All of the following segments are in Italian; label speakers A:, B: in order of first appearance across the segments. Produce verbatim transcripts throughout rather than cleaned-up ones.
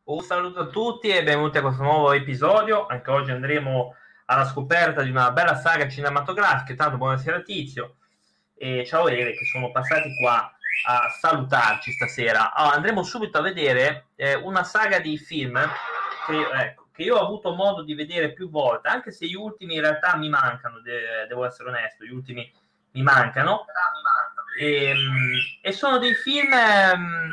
A: Un saluto a tutti e benvenuti a questo nuovo episodio. Anche oggi andremo alla scoperta di una bella saga cinematografica. Intanto buonasera Tizio e ciao Ele, che sono passati qua a salutarci stasera. Allora, andremo subito a vedere eh, una saga di film che, ecco, che io ho avuto modo di vedere più volte, anche se gli ultimi in realtà mi mancano, de- devo essere onesto, gli ultimi mi mancano. E, e sono dei film ehm,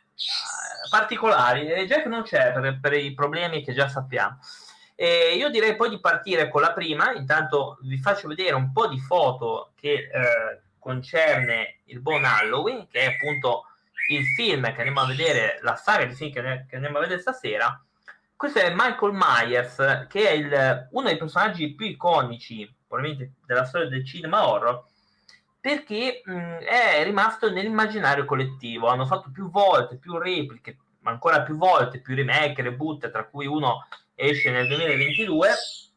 A: particolari, e Jack non c'è per, per i problemi che già sappiamo. E io direi poi di partire con la prima. Intanto vi faccio vedere un po' di foto che eh, concerne il buon Halloween, che è appunto il film che andiamo a vedere, la saga di film che, ne, che andiamo a vedere stasera. Questo è Michael Myers, che è il, uno dei personaggi più iconici probabilmente della storia del cinema horror, perché mh, è rimasto nell'immaginario collettivo. Hanno fatto più volte, più repliche, ma ancora più volte, più remake, reboot, tra cui uno esce nel duemilaventidue,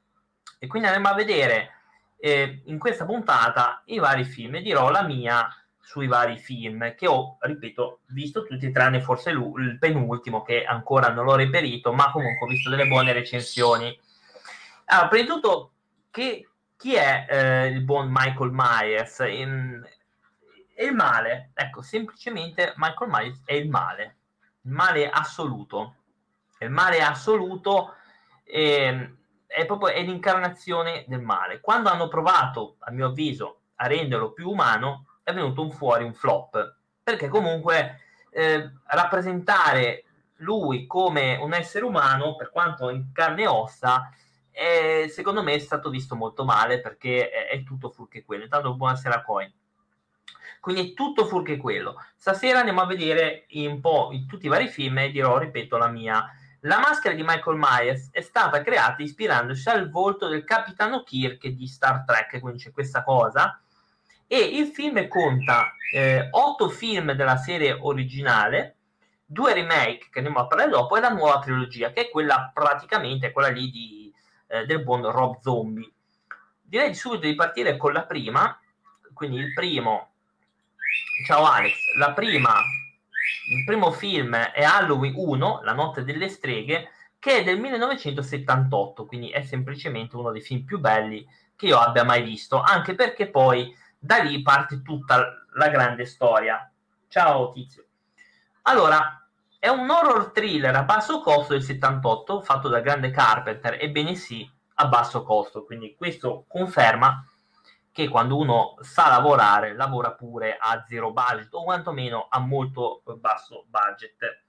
A: e quindi andremo a vedere eh, in questa puntata i vari film e dirò la mia sui vari film che ho, ripeto, visto tutti tranne forse il penultimo che ancora non l'ho reperito, ma comunque ho visto delle buone recensioni. Allora, prima di tutto, che, chi è eh, il buon Michael Myers? In, è il male, ecco, semplicemente Michael Myers è il male, il male assoluto, il male assoluto eh, è proprio è l'incarnazione del male. Quando hanno provato, a mio avviso, a renderlo più umano, è venuto un fuori un flop, perché comunque eh, rappresentare lui come un essere umano, per quanto in carne e ossa, eh, secondo me è stato visto molto male, perché è, è tutto fuorché quello. Intanto buonasera Coin. Quindi è tutto fuorché quello. Stasera andiamo a vedere un po' in tutti i vari film e dirò, ripeto, la mia. La maschera di Michael Myers è stata creata ispirandosi al volto del capitano Kirk di Star Trek, quindi c'è questa cosa. E il film conta eh, otto film della serie originale, due remake che andiamo a parlare dopo, e la nuova trilogia, che è quella praticamente, quella lì di, eh, del buon Rob Zombie. Direi subito di partire con la prima, quindi il primo. Ciao Alex, la prima, il primo film è Halloween uno, La notte delle streghe, che è del millenovecentosettantotto, quindi è semplicemente uno dei film più belli che io abbia mai visto, anche perché poi da lì parte tutta la grande storia. Ciao Tizio. Allora, è un horror thriller a basso costo del settantotto, fatto da grande Carpenter, ebbene sì, a basso costo, quindi questo conferma che quando uno sa lavorare, lavora pure a zero budget, o quantomeno a molto basso budget.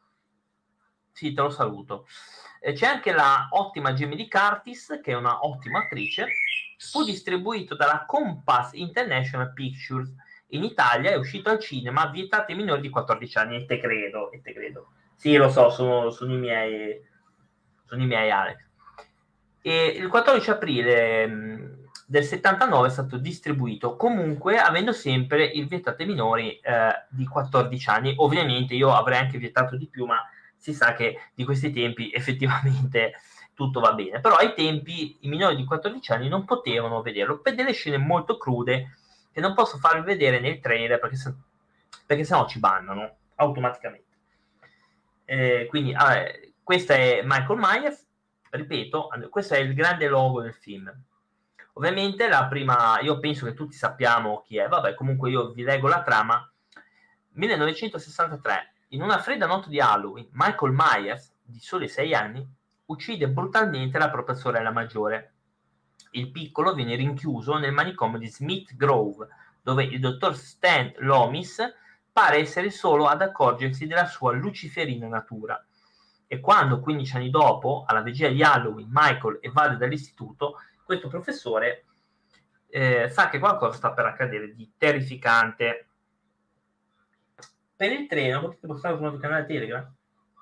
A: Sì, te lo saluto. Eh, c'è anche la ottima Jamie Lee Curtis, che è una ottima attrice. Fu distribuito dalla Compass International Pictures. In Italia è uscito al cinema, vietato ai minori di quattordici anni, e te credo, e te credo. Sì, lo so, sono, sono i miei, sono i miei Alex. E il quattordici aprile mh, del settantanove è stato distribuito, comunque avendo sempre il vietato ai minori eh, di quattordici anni. Ovviamente io avrei anche vietato di più, ma si sa che di questi tempi effettivamente tutto va bene. Però ai tempi i minori di quattordici anni non potevano vederlo per delle scene molto crude che non posso farvi vedere nel trailer, perché, se, perché sennò ci bannano automaticamente. Eh, quindi ah, questo è Michael Myers, ripeto, questo è il grande logo del film. Ovviamente la prima, io penso che tutti sappiamo chi è, vabbè, comunque io vi leggo la trama. millenovecentosessantatré, in una fredda notte di Halloween, Michael Myers, di soli sei anni, uccide brutalmente la propria sorella maggiore. Il piccolo viene rinchiuso nel manicomio di Smith Grove, dove il dottor Stan Loomis pare essere solo ad accorgersi della sua luciferina natura. E quando, quindici anni dopo, alla vigilia di Halloween, Michael evade dall'istituto, questo professore eh, sa che qualcosa sta per accadere di terrificante. Per il treno potete postare sul nostro canale Telegram,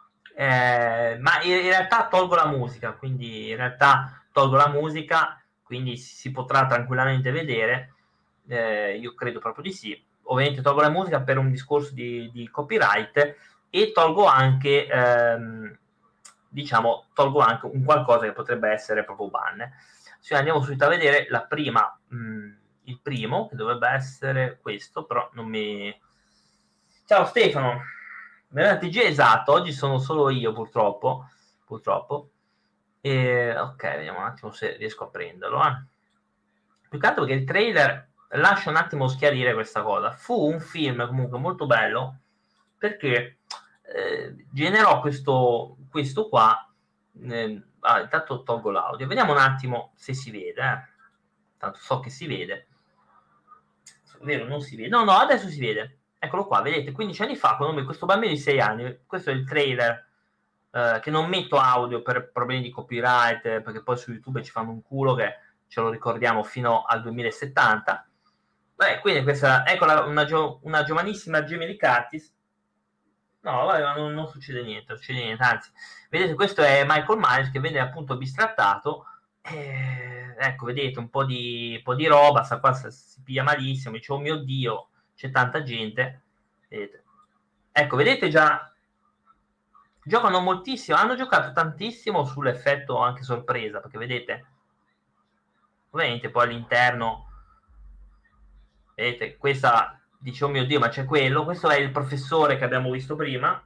A: eh, ma in, in realtà tolgo la musica, quindi in realtà tolgo la musica, quindi si potrà tranquillamente vedere. Eh, io credo proprio di sì. Ovviamente tolgo la musica per un discorso di, di copyright, e tolgo anche ehm, diciamo tolgo anche un qualcosa che potrebbe essere proprio ban. Cioè, andiamo subito a vedere la prima, mh, il primo, che dovrebbe essere questo, però non mi... Ciao Stefano, T G esatto, oggi sono solo io purtroppo, purtroppo. E, ok, vediamo un attimo se riesco a prenderlo. Eh. Più che altro perché il trailer lascia un attimo schiarire questa cosa. Fu un film comunque molto bello perché eh, generò questo, questo qua. Eh, ah, intanto tolgo l'audio. Vediamo un attimo se si vede. Eh. Tanto so che si vede. Vero, non si vede. No, no, adesso si vede. Eccolo qua, vedete, quindici anni fa, quando questo bambino di sei anni, questo è il trailer, eh, che non metto audio per problemi di copyright, perché poi su YouTube ci fanno un culo che ce lo ricordiamo fino al duemilasettanta. Beh, quindi questa, ecco la, una, gio, una giovanissima Jamie Lee Curtis. No, vabbè, non, non succede niente, non succede niente, anzi, vedete, questo è Michael Myers che viene appunto bistrattato. Eh, ecco, vedete, un po' di, un po' di roba, sta qua si, si piglia malissimo, dice, oh mio Dio, c'è tanta gente. Vedete. Ecco, vedete già, giocano moltissimo, hanno giocato tantissimo sull'effetto anche sorpresa, perché vedete, ovviamente poi all'interno, vedete, questa, dice, oh mio Dio, ma c'è quello, questo è il professore che abbiamo visto prima.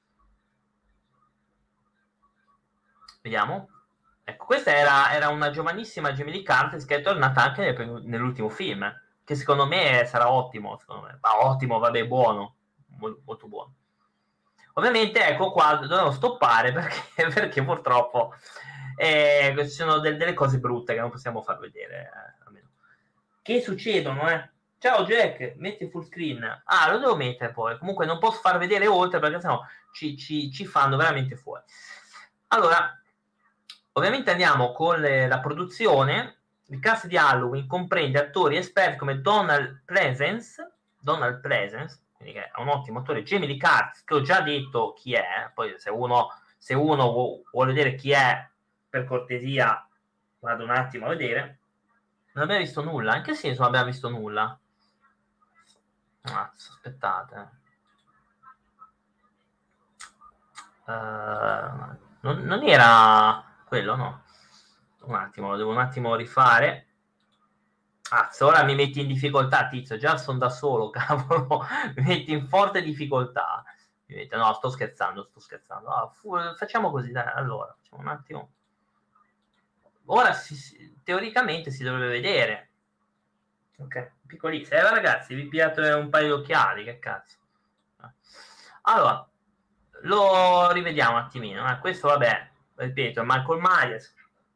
A: Vediamo. Ecco, questa era, era una giovanissima Jamie Lee Curtis che è tornata anche nel, nell'ultimo film, che secondo me sarà ottimo, secondo me. Ma ottimo, vabbè, buono, molto, molto buono. Ovviamente, ecco qua, dovevo stoppare perché, perché purtroppo eh, ci sono del, delle cose brutte che non possiamo far vedere. Eh, almeno. Che succedono, eh? Ciao Jack, metti full screen. Ah, lo devo mettere poi. Comunque non posso far vedere oltre perché sennò ci, ci, ci fanno veramente fuori. Allora, ovviamente andiamo con le, la produzione. Il cast di Halloween comprende attori esperti come Donald Pleasence, Donald Pleasence, quindi che è un ottimo attore, Jamie Lee Curtis, che ho già detto chi è, poi se uno, se uno vuole vedere chi è, per cortesia, vado un attimo a vedere. Non abbiamo visto nulla, in che senso non abbiamo visto nulla? Ah, aspettate. Uh, non, non era quello, no? Un attimo, lo devo un attimo rifare. Ah, se ora mi metti in difficoltà, tizio, già sono da solo, cavolo, mi metti in forte difficoltà. Mi metti, no, sto scherzando, sto scherzando. Ah, fu, facciamo così, dai, allora, facciamo un attimo. Ora, si, teoricamente, si dovrebbe vedere. Ok, piccolissimo. Eh, ragazzi, vi piate un paio di occhiali, che cazzo. Allora, lo rivediamo un attimino. Eh. Questo, vabbè, ripeto, è Michael Myers.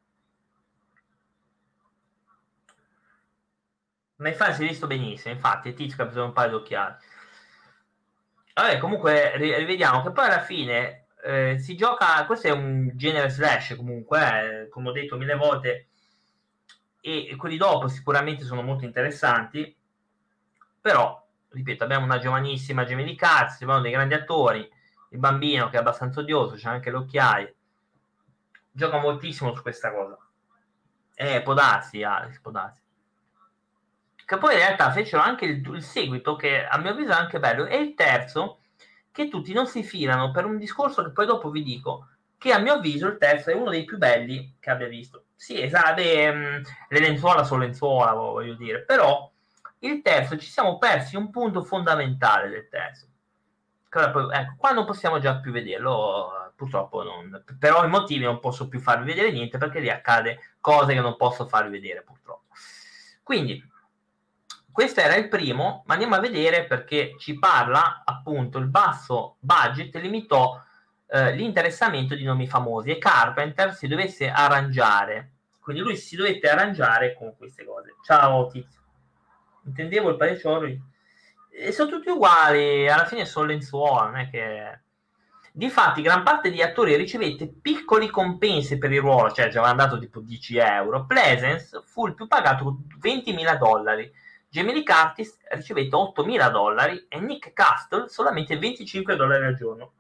A: Ma infatti si è visto benissimo, infatti, Tizio che ha preso un paio di occhiali. Vabbè, comunque, rivediamo che poi alla fine eh, si gioca, questo è un genere slash comunque, eh, come ho detto mille volte, e, e quelli dopo sicuramente sono molto interessanti, però, ripeto, abbiamo una giovanissima Jamie Lee Curtis, abbiamo dei grandi attori, il bambino che è abbastanza odioso, c'è anche le occhiaie, gioca moltissimo su questa cosa. Eh, può darsi, Alex, può darsi. Che poi in realtà fecero anche il, il seguito, che a mio avviso è anche bello, e il terzo, che tutti non si filano per un discorso che poi dopo vi dico, che a mio avviso il terzo è uno dei più belli che abbia visto. Sì, esatto, le lenzuola sono lenzuola, voglio dire, però il terzo ci siamo persi un punto fondamentale del terzo. Ecco, qua non possiamo già più vederlo, purtroppo non, per ovvi motivi non posso più farvi vedere niente perché lì accade cose che non posso farvi vedere purtroppo. Quindi questo era il primo, ma andiamo a vedere perché ci parla appunto il basso budget limitò eh, l'interessamento di nomi famosi e Carpenter si dovesse arrangiare, quindi lui si dovette arrangiare con queste cose. Ciao tizio, intendevo il parecchio, e sono tutti uguali, alla fine sono lenzuola, non è che... Difatti gran parte degli attori ricevette piccoli compensi per il ruolo, cioè già avevano dato tipo dieci euro. Pleasence fu il più pagato con ventimila dollari, Jamie Lee Curtis ricevette ottomila dollari e Nick Castle solamente venticinque dollari al giorno.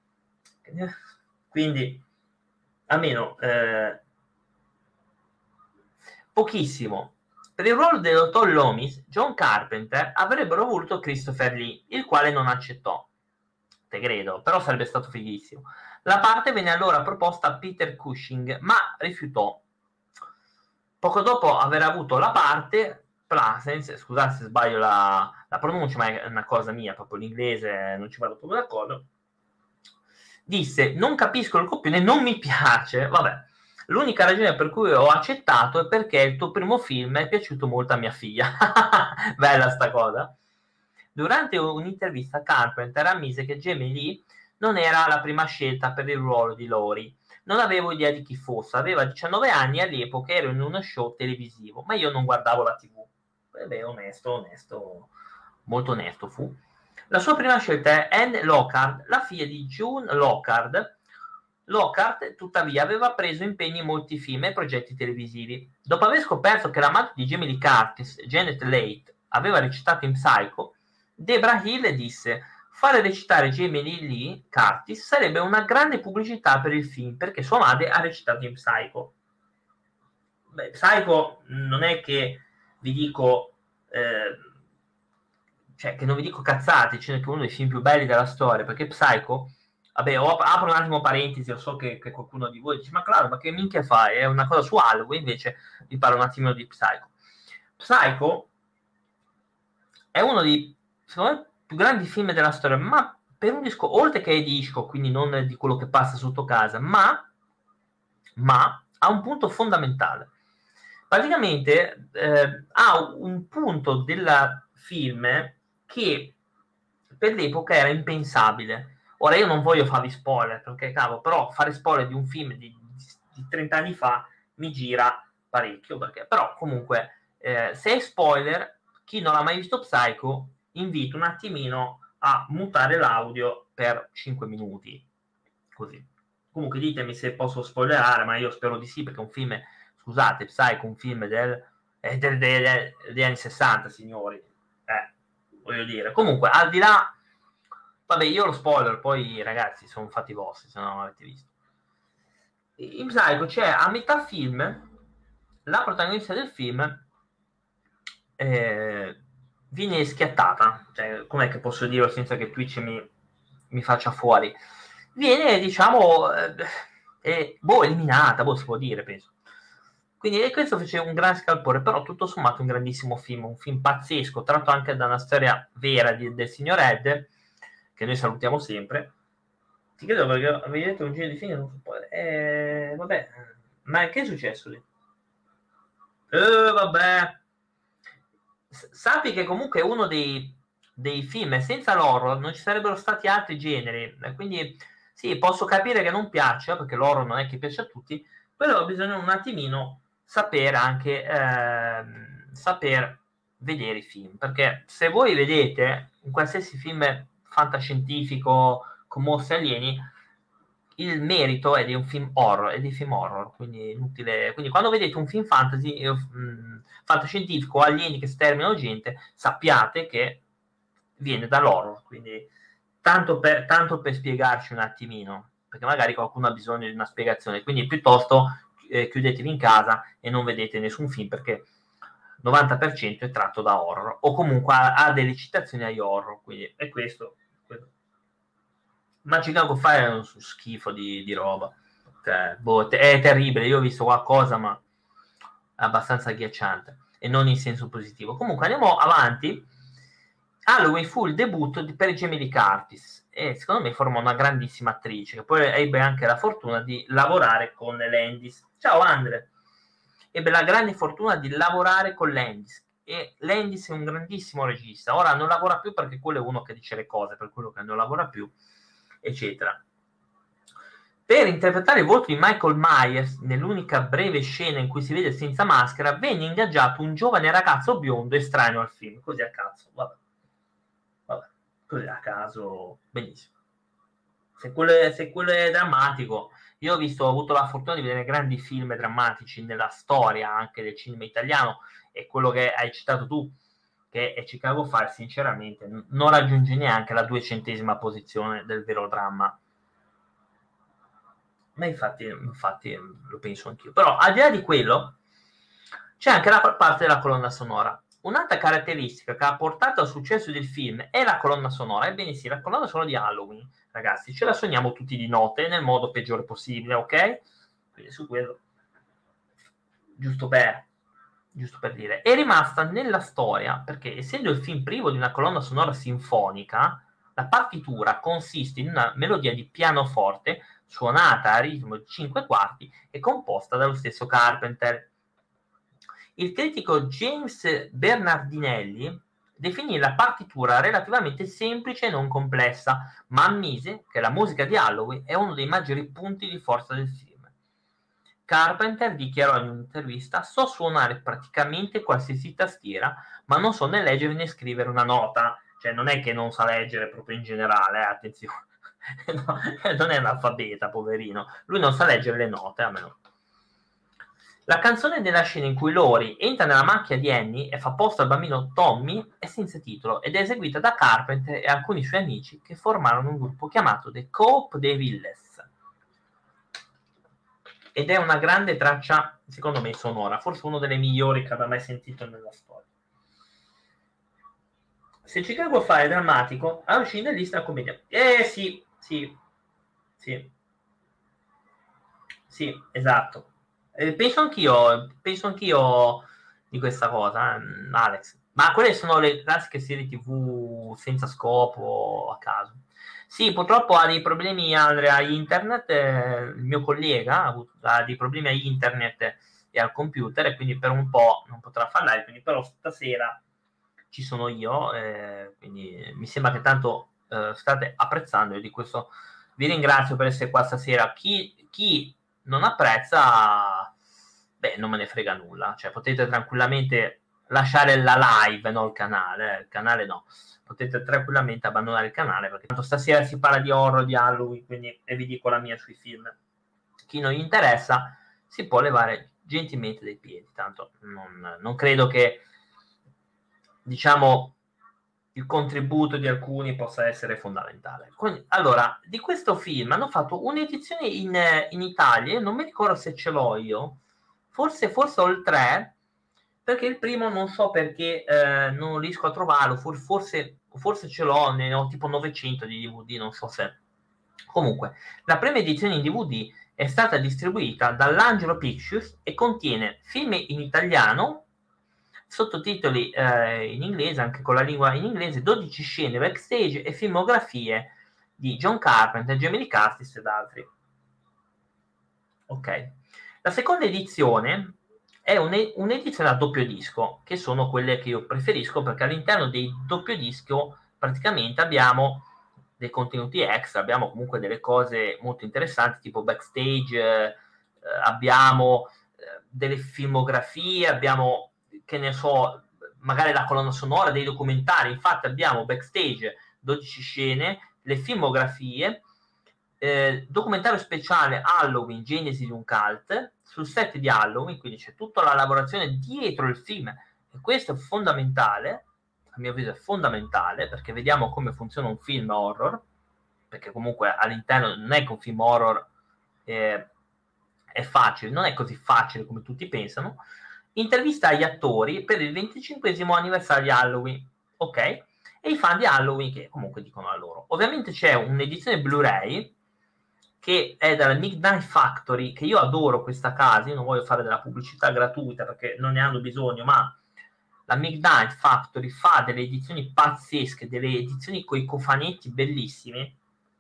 A: Quindi, almeno, eh, pochissimo. Per il ruolo del dottor Loomis, John Carpenter avrebbero voluto Christopher Lee, il quale non accettò. Te credo, però sarebbe stato fighissimo. La parte venne allora proposta a Peter Cushing, ma rifiutò. Poco dopo aver avuto la parte, Pleasence, scusate se sbaglio la, la pronuncia, ma è una cosa mia, proprio l'inglese non ci vado proprio d'accordo, disse: non capisco il copione, non mi piace. Vabbè, l'unica ragione per cui ho accettato è perché il tuo primo film è piaciuto molto a mia figlia. Bella sta cosa. Durante un'intervista Carpenter ammise che Jamie Lee non era la prima scelta per il ruolo di Laurie. Non avevo idea di chi fosse, aveva diciannove anni e all'epoca ero in uno show televisivo, ma io non guardavo la tivù. Eh beh, onesto, onesto, molto onesto fu. La sua prima scelta è Anne Lockhart, la figlia di June Lockhart. Lockhart, tuttavia, aveva preso impegni in molti film e progetti televisivi. Dopo aver scoperto che l'amante di Jamie Lee Curtis, Janet Leigh, aveva recitato in Psycho, Debra Hill disse: fare recitare Jamie Lee Curtis sarebbe una grande pubblicità per il film, perché sua madre ha recitato in Psycho. Beh, Psycho non è che vi dico... Eh, cioè che non vi dico cazzate, c'è uno dei film più belli della storia, perché Psycho, vabbè, op- apro un attimo parentesi, lo so che, che qualcuno di voi dice, ma claro, ma che minchia fai? È una cosa su Halloween, invece vi parlo un attimino di Psycho. Psycho è uno dei, secondo me, più grandi film della storia, ma per un disco, oltre che di Hitchcock, quindi non di quello che passa sotto casa, ma, ma ha un punto fondamentale. Praticamente eh, ha un punto del film che per l'epoca era impensabile. Ora io non voglio farvi spoiler, perché cavolo, però fare spoiler di un film di, di trenta anni fa mi gira parecchio, perché però comunque eh, se è spoiler, chi non ha mai visto Psycho, invito un attimino a mutare l'audio per cinque minuti, così. Comunque ditemi se posso spoilerare, ma io spero di sì, perché è un film, scusate, Psycho, un film del, eh, del, del, del, degli anni sessanta, signori. Eh, voglio dire. Comunque, al di là, vabbè, io lo spoiler, poi ragazzi, sono fatti vostri, se non l'avete visto. In Psycho c'è a metà film, la protagonista del film eh, viene schiattata, cioè, com'è che posso dirlo senza che Twitch mi, mi faccia fuori? Viene, diciamo, eh, eh, boh, eliminata, boh, si può dire, penso. Quindi e questo fece un gran scalpore, però tutto sommato un grandissimo film, un film pazzesco, tratto anche da una storia vera di, del signor Ed, che noi salutiamo sempre. Ti credo perché avevi detto un giro di film, non so poi. Eh, vabbè, ma che è successo lì? Eh, vabbè. S- sappi che comunque è uno dei, dei film senza l'horror non ci sarebbero stati altri generi, quindi sì, posso capire che non piaccia, perché l'horror non è che piace a tutti, però bisogna un attimino sapere anche ehm, saper vedere i film, perché se voi vedete un qualsiasi film fantascientifico con mostri alieni, il merito è di un film horror, è di film horror, quindi inutile. Quindi quando vedete un film fantasy, eh, mh, fantascientifico, alieni che sterminano gente, sappiate che viene dall'horror, quindi tanto per, tanto per spiegarci un attimino, perché magari qualcuno ha bisogno di una spiegazione, quindi piuttosto eh, chiudetevi in casa e non vedete nessun film, perché il novanta per cento è tratto da horror, o comunque ha, ha delle citazioni agli horror, quindi è questo. questo. Ma Chicago Fire è un schifo di, di roba, cioè, boh, è terribile, io ho visto qualcosa ma è abbastanza agghiacciante e non in senso positivo. Comunque andiamo avanti. Halloween fu il debutto di, per Jamie Lee Curtis e secondo me formò una grandissima attrice che poi ebbe anche la fortuna di lavorare con Landis. Ciao Andre! Ebbe la grande fortuna di lavorare con Landis e Landis è un grandissimo regista. Ora non lavora più perché quello è uno che dice le cose, per quello che non lavora più, eccetera. Per interpretare il volto di Michael Myers nell'unica breve scena in cui si vede senza maschera venne ingaggiato un giovane ragazzo biondo estraneo al film, così a caso, vabbè, vabbè, così a caso, benissimo. Se quello, è, se quello è drammatico, io ho visto, ho avuto la fortuna di vedere grandi film drammatici nella storia anche del cinema italiano, e quello che hai citato tu, che è Chicago Fire, sinceramente non raggiunge neanche la duecentesima posizione del vero dramma. Ma infatti, infatti lo penso anch'io. Però al di là di quello c'è anche la parte della colonna sonora. Un'altra caratteristica che ha portato al successo del film è la colonna sonora. Ebbene sì, la colonna sonora di Halloween, ragazzi, ce la sogniamo tutti di notte nel modo peggiore possibile, ok? Quindi su quello, giusto per, giusto per dire, è rimasta nella storia perché essendo il film privo di una colonna sonora sinfonica, La partitura consiste in una melodia di pianoforte suonata a ritmo di cinque quarti e composta dallo stesso Carpenter. Il critico James Bernardinelli definì la partitura relativamente semplice e non complessa, ma ammise che la musica di Halloween è uno dei maggiori punti di forza del film. Carpenter dichiarò in un'intervista: so suonare praticamente qualsiasi tastiera, ma non so né leggere né scrivere una nota. Cioè non è che non sa leggere proprio in generale, eh, attenzione. No, non è un analfabeta, poverino. Lui non sa leggere le note, a meno. La canzone della scena in cui Lori entra nella macchina di Annie e fa posto al bambino Tommy è senza titolo ed è eseguita da Carpenter e alcuni suoi amici che formarono un gruppo chiamato The Coop de Villes. Ed è una grande traccia, secondo me, sonora, forse una delle migliori che abbia mai sentito nella storia. Se Chicago Fire è drammatico, ha uscito in lista la commedia. Eh sì, sì, sì, sì, esatto. Eh, penso anch'io, penso anch'io di questa cosa, eh, Alex. Ma quelle sono le classiche serie tivù senza scopo, a caso. Sì, purtroppo ha dei problemi Andrea, a internet, eh, il mio collega ha, avuto, ha dei problemi a internet e al computer e quindi per un po' non potrà fare live, quindi però stasera ci sono io, eh, quindi mi sembra che tanto eh, state apprezzando e di questo vi ringrazio per essere qua stasera. Chi, chi non apprezza, beh, non me ne frega nulla, cioè potete tranquillamente lasciare la live, non il canale, eh, il canale no, potete tranquillamente abbandonare il canale perché tanto stasera si parla di horror, di Halloween, quindi e vi dico la mia sui film. Chi non gli interessa si può levare gentilmente dai piedi, tanto non, non credo che, diciamo, il contributo di alcuni possa essere fondamentale. Quindi, allora, di questo film hanno fatto un'edizione in, in Italia, non mi ricordo se ce l'ho io, forse, forse ho il tre, perché il primo non so perché eh, non riesco a trovarlo, for, forse, forse ce l'ho, ne ho tipo novecento di D V D, non so se... Comunque, la prima edizione in D V D è stata distribuita dall'Angelo Pictures e contiene film in italiano, sottotitoli eh, in inglese, anche con la lingua in inglese, dodici scene backstage e filmografie di John Carpenter, Jamie Lee Curtis ed altri. Ok. La seconda edizione è un'edizione a doppio disco, che sono quelle che io preferisco perché all'interno dei doppio disco praticamente abbiamo dei contenuti extra, abbiamo comunque delle cose molto interessanti tipo backstage, eh, abbiamo eh, delle filmografie, abbiamo, che ne so, magari la colonna sonora, dei documentari. Infatti abbiamo backstage dodici scene, le filmografie, eh, documentario speciale Halloween, Genesi di un cult, sul set di Halloween, quindi c'è tutta la lavorazione dietro il film e questo è fondamentale, a mio avviso è fondamentale perché vediamo come funziona un film horror, perché comunque all'interno non è che un film horror eh, è facile, non è così facile come tutti pensano. Intervista agli attori per il venticinquesimo anniversario di Halloween, ok? E i fan di Halloween che comunque dicono la loro. Ovviamente c'è un'edizione Blu-ray che è dalla Midnight Factory, che io adoro questa casa, io non voglio fare della pubblicità gratuita perché non ne hanno bisogno, ma la Midnight Factory fa delle edizioni pazzesche, delle edizioni con i cofanetti bellissimi.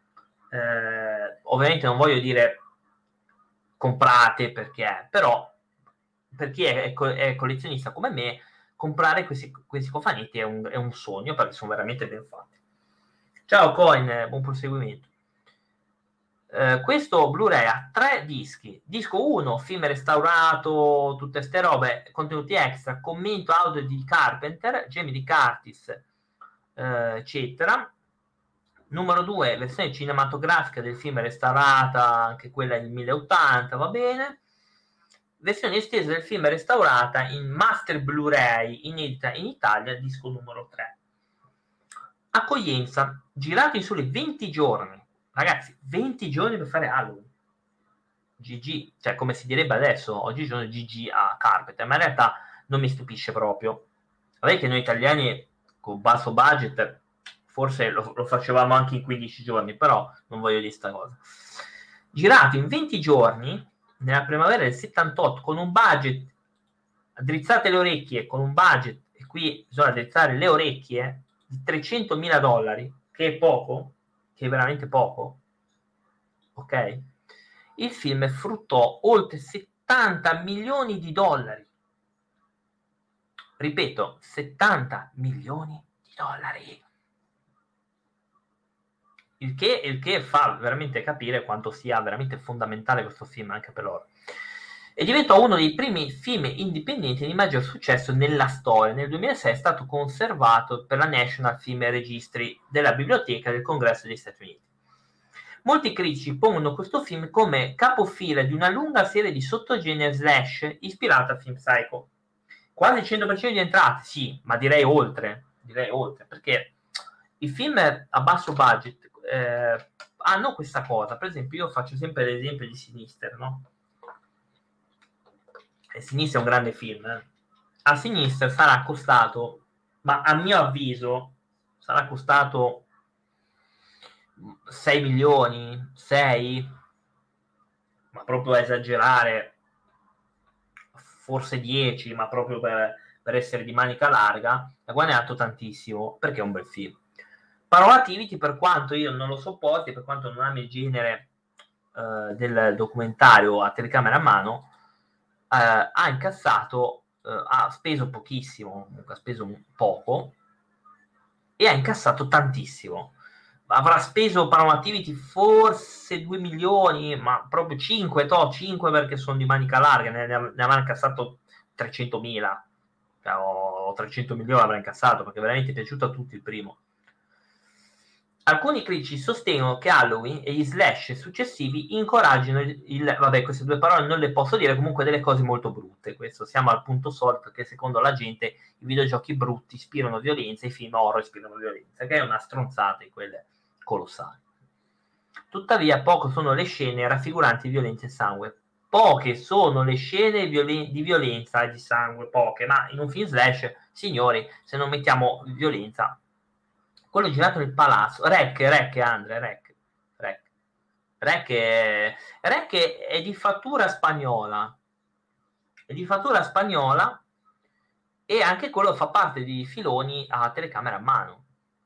A: Eh, ovviamente non voglio dire comprate perché, però per chi è, è collezionista come me, comprare questi, questi cofanetti è un, è un sogno perché sono veramente ben fatti. Ciao Coin, buon proseguimento. Uh, questo Blu-ray ha tre dischi. Disco uno, film restaurato, tutte ste robe, contenuti extra, commento audio di Carpenter, Jamie Lee Curtis, uh, eccetera. Numero due, versione cinematografica del film restaurata, anche quella del mille ottanta, va bene. Versione estesa del film restaurata in master Blu-ray inedita in Italia, disco numero tre. Accoglienza, girato in soli venti giorni. Ragazzi, venti giorni per fare Halloween. G G, cioè come si direbbe adesso, oggi sono G G a Carpenter, ma in realtà non mi stupisce proprio. Vabbè che noi italiani con basso budget forse lo, lo facevamo anche in quindici giorni, però non voglio dire sta cosa. Girato in venti giorni, nella primavera del settantotto, con un budget, addrizzate le orecchie, con un budget, e qui bisogna addrizzare le orecchie, di trecentomila dollari, che è poco, che è veramente poco, ok? Il film fruttò oltre settanta milioni di dollari. Ripeto, settanta milioni di dollari. Il che, il che fa veramente capire quanto sia veramente fondamentale questo film anche per loro. E diventò uno dei primi film indipendenti di maggior successo nella storia. Nel duemilasei è stato conservato per la National Film Registry della Biblioteca del Congresso degli Stati Uniti. Molti critici pongono questo film come capofila di una lunga serie di sottogeneri slash ispirata al film Psycho. Quasi il cento per cento di entrate, sì, ma direi oltre, direi oltre, perché i film a basso budget eh, hanno questa cosa. Per esempio, io faccio sempre l'esempio di Sinister, no? E Sinister è un grande film. Eh? A Sinister sarà costato, ma a mio avviso, sarà costato sei milioni, sei, ma proprio a esagerare, forse dieci, ma proprio per, per essere di manica larga, ha guadagnato tantissimo, perché è un bel film. Parorativity, per quanto io non lo sopporti, per quanto non ami il genere eh, del documentario a telecamera a mano, eh, ha incassato, eh, ha speso pochissimo, ha speso poco, e ha incassato tantissimo. Avrà speso Parorativity forse due milioni, ma proprio cinque, to, cinque perché sono di manica larga, ne, ne avrà incassato trecentomila, cioè, o trecento milioni avrà incassato, perché veramente è piaciuto a tutti il primo. Alcuni critici sostengono che Halloween e gli slash successivi incoraggino il, il... Vabbè, queste due parole non le posso dire, comunque delle cose molto brutte. Questo siamo al punto solito che secondo la gente i videogiochi brutti ispirano violenza, i film horror ispirano violenza, che è una stronzata di quelle colossali. Tuttavia, poche sono le scene raffiguranti violenza e sangue. Poche sono le scene violen- di violenza e di sangue, poche, ma in un film slash, signori, se non mettiamo violenza... Quello girato nel palazzo, Rec, Rec, Andre, Rec, Rec, Rec è, Rec è di fattura spagnola, è di fattura spagnola e anche quello fa parte di filoni a telecamera a mano.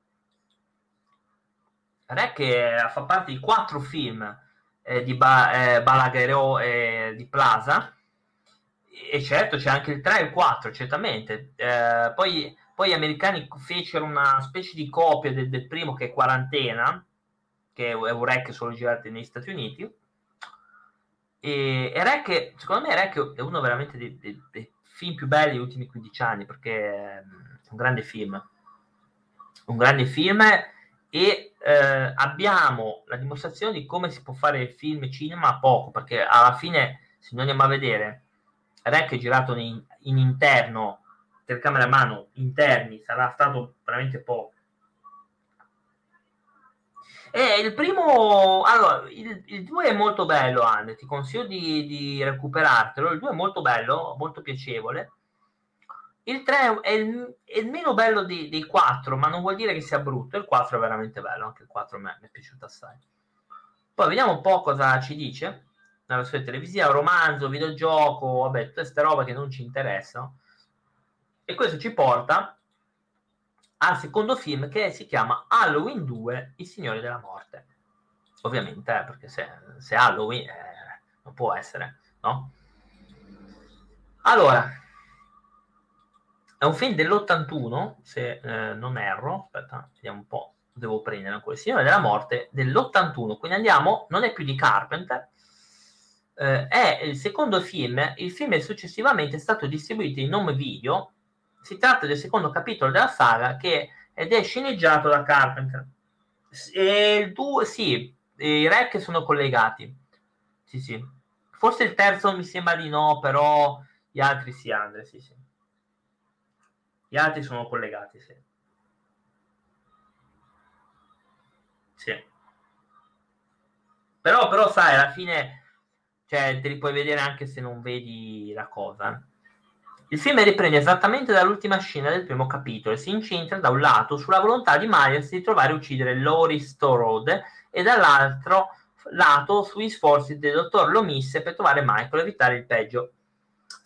A: Rec è, fa parte di quattro film eh, di ba, eh, Balagueró e di Plaza, e certo c'è anche il tre e il quattro, certamente. Eh, poi... Poi gli americani fecero una specie di copia del, del primo, che è Quarantena, che è un Rec solo girato negli Stati Uniti. E, e Rec, secondo me Rec è uno veramente dei, dei, dei film più belli degli ultimi quindici anni, perché è un grande film. Un grande film e eh, abbiamo la dimostrazione di come si può fare film e cinema a poco, perché alla fine, se noi andiamo a vedere, Rec è girato in, in interno, telecamera a mano interni, sarà stato veramente poco. E il primo, allora, il, il due è molto bello, Anne, ti consiglio di, di recuperartelo. Il due è molto bello, molto piacevole. Il tre è il, è il meno bello dei, dei quattro, ma non vuol dire che sia brutto. Il quattro è veramente bello, anche il quattro mi è piaciuto assai. Poi vediamo un po' cosa ci dice nella sua televisione, romanzo, videogioco, vabbè, tutte queste robe che non ci interessano. E questo ci porta al secondo film, che si chiama Halloween due, I Signori della Morte. Ovviamente, eh, perché se, se Halloween eh, non può essere, no? Allora, è un film dell'ottantuno, se eh, non erro. Aspetta, vediamo un po', devo prendere ancora. Il Signore della Morte dell'ottantuno, quindi andiamo, non è più di Carpenter, eh, è il secondo film. Il film è successivamente stato distribuito in home video. Si tratta del secondo capitolo della saga, che ed è sceneggiato da Carpenter. E il due, sì, i Rec sono collegati. Sì, sì. Forse il terzo mi sembra di no, però gli altri sì, Andre, sì, sì. Gli altri sono collegati, sì. Sì. Però, però, sai, alla fine, cioè, te li puoi vedere anche se non vedi la cosa. Il film riprende esattamente dall'ultima scena del primo capitolo e si incentra da un lato sulla volontà di Myers di trovare e uccidere Laurie Strode e dall'altro lato sugli sforzi del dottor Loomis per trovare Michael e evitare il peggio.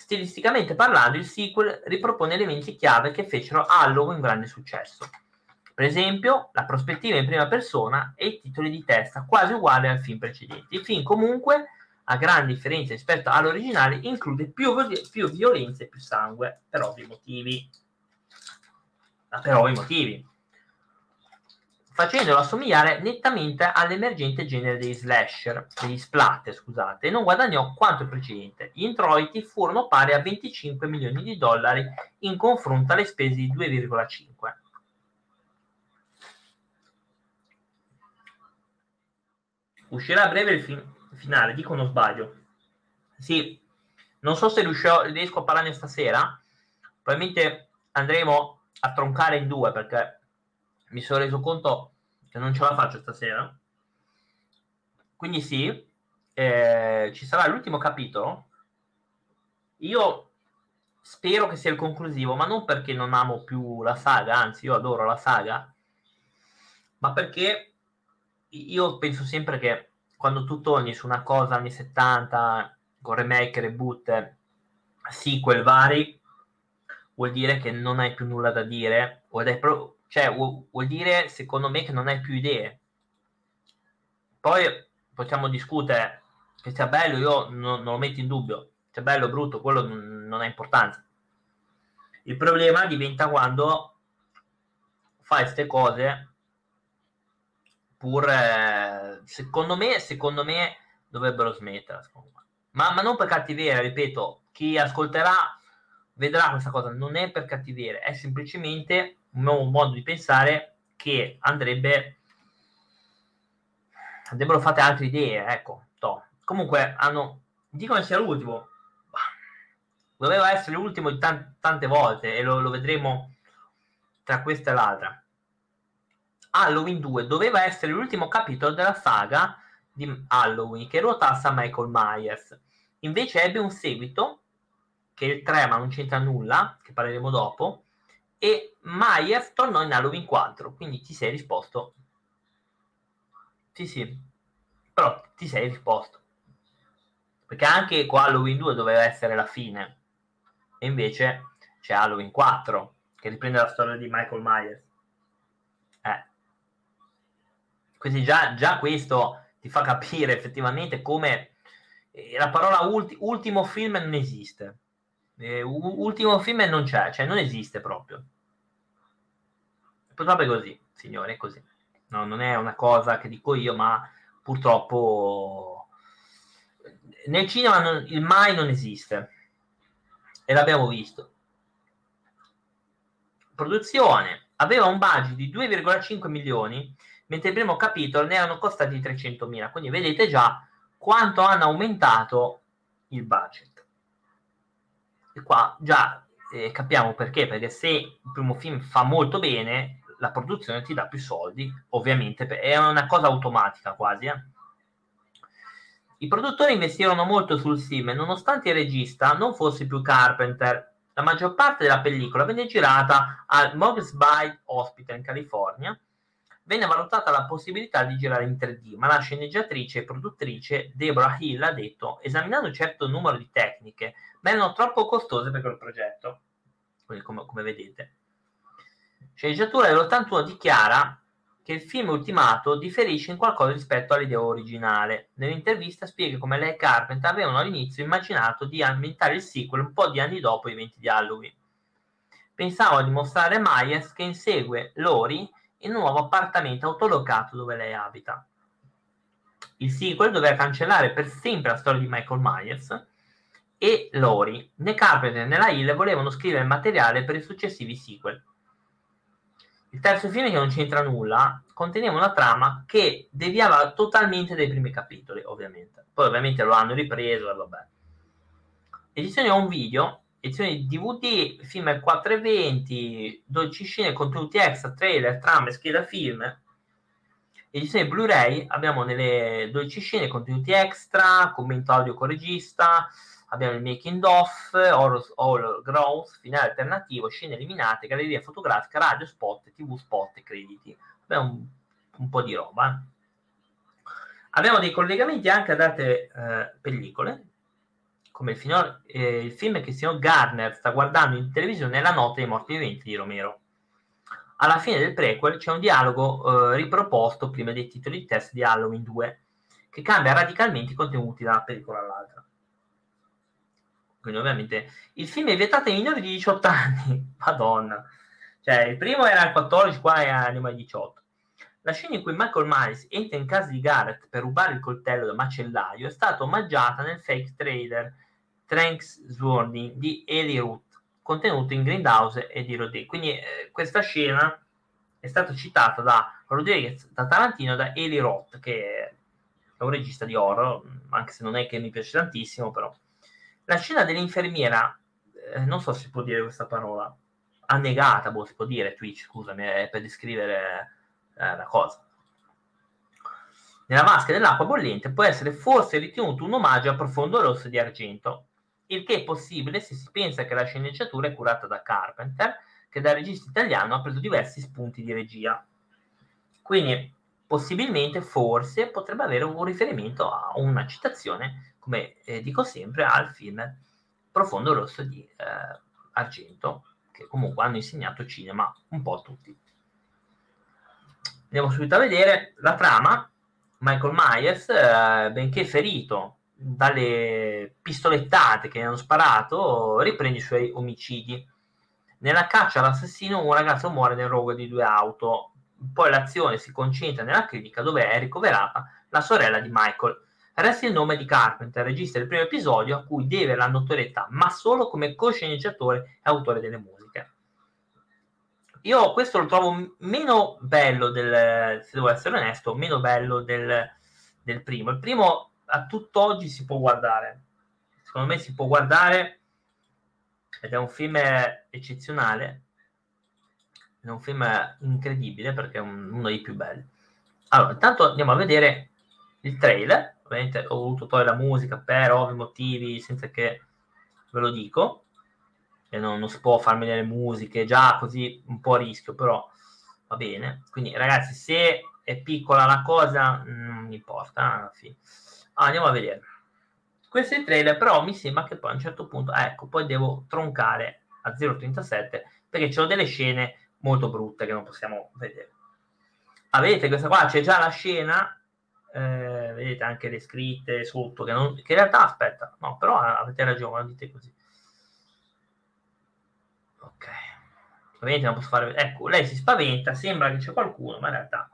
A: Stilisticamente parlando, il sequel ripropone elementi chiave che fecero Halloween un grande successo. Per esempio, la prospettiva in prima persona e i titoli di testa quasi uguali al film precedente. Il film comunque, a grandi differenze rispetto all'originale, include più, più violenza e più sangue, per ovvi motivi. Per ovvi motivi. Facendolo assomigliare nettamente all'emergente genere degli slasher, degli splatter, scusate, e non guadagnò quanto il precedente. Gli introiti furono pari a venticinque milioni di dollari in confronto alle spese di due virgola cinque. Uscirà a breve il film finale, dico non sbaglio. Sì, non so se riuscirò, riesco a parlarne stasera, probabilmente andremo a troncare in due perché mi sono reso conto che non ce la faccio stasera. Quindi sì, eh, ci sarà l'ultimo capitolo. Io spero che sia il conclusivo, ma non perché non amo più la saga, anzi io adoro la saga, ma perché io penso sempre che quando tu torni su una cosa anni settanta, con remake, reboot, sequel vari, vuol dire che non hai più nulla da dire, pro- cioè vuol dire secondo me che non hai più idee. Poi possiamo discutere che sia bello, io non, non lo metto in dubbio, sia bello o brutto, quello non, non ha importanza. Il problema diventa quando fai queste cose pur eh, secondo me secondo me dovrebbero smettere, ma, ma non per cattiveria, ripeto, chi ascolterà vedrà questa cosa, non è per cattiveria, è semplicemente un nuovo modo di pensare che andrebbe andrebbero fatte altre idee, ecco. To. Comunque hanno dicono che sia l'ultimo, doveva essere l'ultimo di t- tante volte e lo, lo vedremo tra questa e l'altra. Halloween due doveva essere l'ultimo capitolo della saga di Halloween che ruotasse a Michael Myers, invece ebbe un seguito che è il tre, ma non c'entra nulla, che parleremo dopo, e Myers tornò in Halloween quattro, quindi ti sei risposto. Sì, sì, però ti sei risposto, perché anche con Halloween due doveva essere la fine, e invece c'è Halloween quattro che riprende la storia di Michael Myers. Eh. Quindi già, già questo ti fa capire effettivamente come eh, la parola ulti- ultimo film non esiste. Eh, u- ultimo film non c'è, cioè non esiste proprio. Purtroppo è così, signore, è così. No, non è una cosa che dico io, ma purtroppo nel cinema non, il mai non esiste. E l'abbiamo visto. Produzione. Aveva un budget di due virgola cinque milioni, mentre il primo capitolo ne erano costati trecentomila. Quindi vedete già quanto hanno aumentato il budget. E qua già eh, capiamo perché, perché se il primo film fa molto bene, la produzione ti dà più soldi, ovviamente, è una cosa automatica quasi. Eh. I produttori investirono molto sul film, nonostante il regista non fosse più Carpenter. La maggior parte della pellicola venne girata al Mosby Hospital in California. Venne valutata la possibilità di girare in tre D, ma la sceneggiatrice e produttrice Deborah Hill ha detto: esaminando un certo numero di tecniche, ma erano troppo costose per quel progetto. Quindi, come, come vedete. Sceneggiatura dell'ottantuno dichiara che il film ultimato differisce in qualcosa rispetto all'idea originale. Nell'intervista spiega come lei e Carpenter avevano all'inizio immaginato di ambientare il sequel un po' di anni dopo i eventi di Halloween. Pensavo di mostrare Myers che insegue Lori in un nuovo appartamento autolocato dove lei abita. Il sequel doveva cancellare per sempre la storia di Michael Myers e Lori. Né Carpenter né la Hill volevano scrivere il materiale per i successivi sequel. Il terzo film, che non c'entra nulla, conteneva una trama che deviava totalmente dai primi capitoli, ovviamente. Poi ovviamente lo hanno ripreso e vabbè. Edizione home video, edizione D V D, film quattro e venti, dodici scene, contenuti extra, trailer, trama e scheda film. Edizione Blu-ray, abbiamo nelle dodici scene contenuti extra, commento audio con regista, abbiamo il making of, horror, horror growth, finale alternativo, scene eliminate, galleria fotografica, radio spot, tv spot e crediti. Abbiamo un, un po' di roba. Abbiamo dei collegamenti anche ad altre eh, pellicole, come il, finor, eh, il film che il signor Garner sta guardando in televisione La notte dei morti viventi di Romero. alla fine del prequel c'è un dialogo eh, riproposto prima dei titoli di test di Halloween due, che cambia radicalmente i contenuti da una pellicola all'altra. Quindi ovviamente il film è vietato ai minori di diciotto anni. Madonna. Cioè, il primo era al quattordici, qua è anima ai diciotto. La scena in cui Michael Myers entra in casa di Garrett per rubare il coltello da macellaio è stata omaggiata nel fake trailer Thanksgiving di Eli Roth, contenuto in Grindhouse e di Rodé. Quindi eh, questa scena è stata citata da Rodriguez, da Tarantino e da Eli Roth, che è un regista di horror, anche se non è che mi piace tantissimo, però. La scena dell'infermiera, eh, non so se si può dire questa parola, annegata, boh, si può dire Twitch, scusami, è per descrivere eh, la cosa. Nella vasca dell'acqua bollente può essere forse ritenuto un omaggio a Profondo Rosso di Argento, il che è possibile se si pensa che la sceneggiatura è curata da Carpenter, che da regista italiano ha preso diversi spunti di regia. Quindi possibilmente, forse, potrebbe avere un riferimento a una citazione, come eh, dico sempre, al film Profondo Rosso di eh, Argento, che comunque hanno insegnato cinema un po' a tutti. Andiamo subito a vedere la trama. Michael Myers, eh, benché ferito dalle pistolettate che gli hanno sparato, riprende i suoi omicidi. Nella caccia all'assassino un ragazzo muore nel rogo di due auto. Poi l'azione si concentra nella clinica dove è ricoverata la sorella di Michael. Resta il nome di Carpenter, regista del primo episodio, a cui deve la notorietà, ma solo come co-sceneggiatore e autore delle musiche. Io questo lo trovo meno bello del, se devo essere onesto, meno bello del, del primo. Il primo a tutt'oggi si può guardare. Secondo me si può guardare ed è un film eccezionale. È un film incredibile perché è un, uno dei più belli. Allora, intanto andiamo a vedere il trailer. Ovviamente ho voluto togliere la musica per ovvi motivi, senza che ve lo dico. E non, non si può farmi vedere musiche, già così un po' a rischio, però va bene. Quindi ragazzi, se è piccola la cosa, non mi importa. Allora, andiamo a vedere. Questo è il trailer, però mi sembra che poi a un certo punto, ecco, poi devo troncare a zero virgola trentasette perché c'ho delle scene molto brutte che non possiamo vedere. Ah, vedete questa qua, c'è già la scena, eh, vedete anche le scritte sotto, che, non, che in realtà, aspetta, no, però avete ragione, dite così. Ok, ovviamente non posso fare, ecco, lei si spaventa, sembra che c'è qualcuno, ma in realtà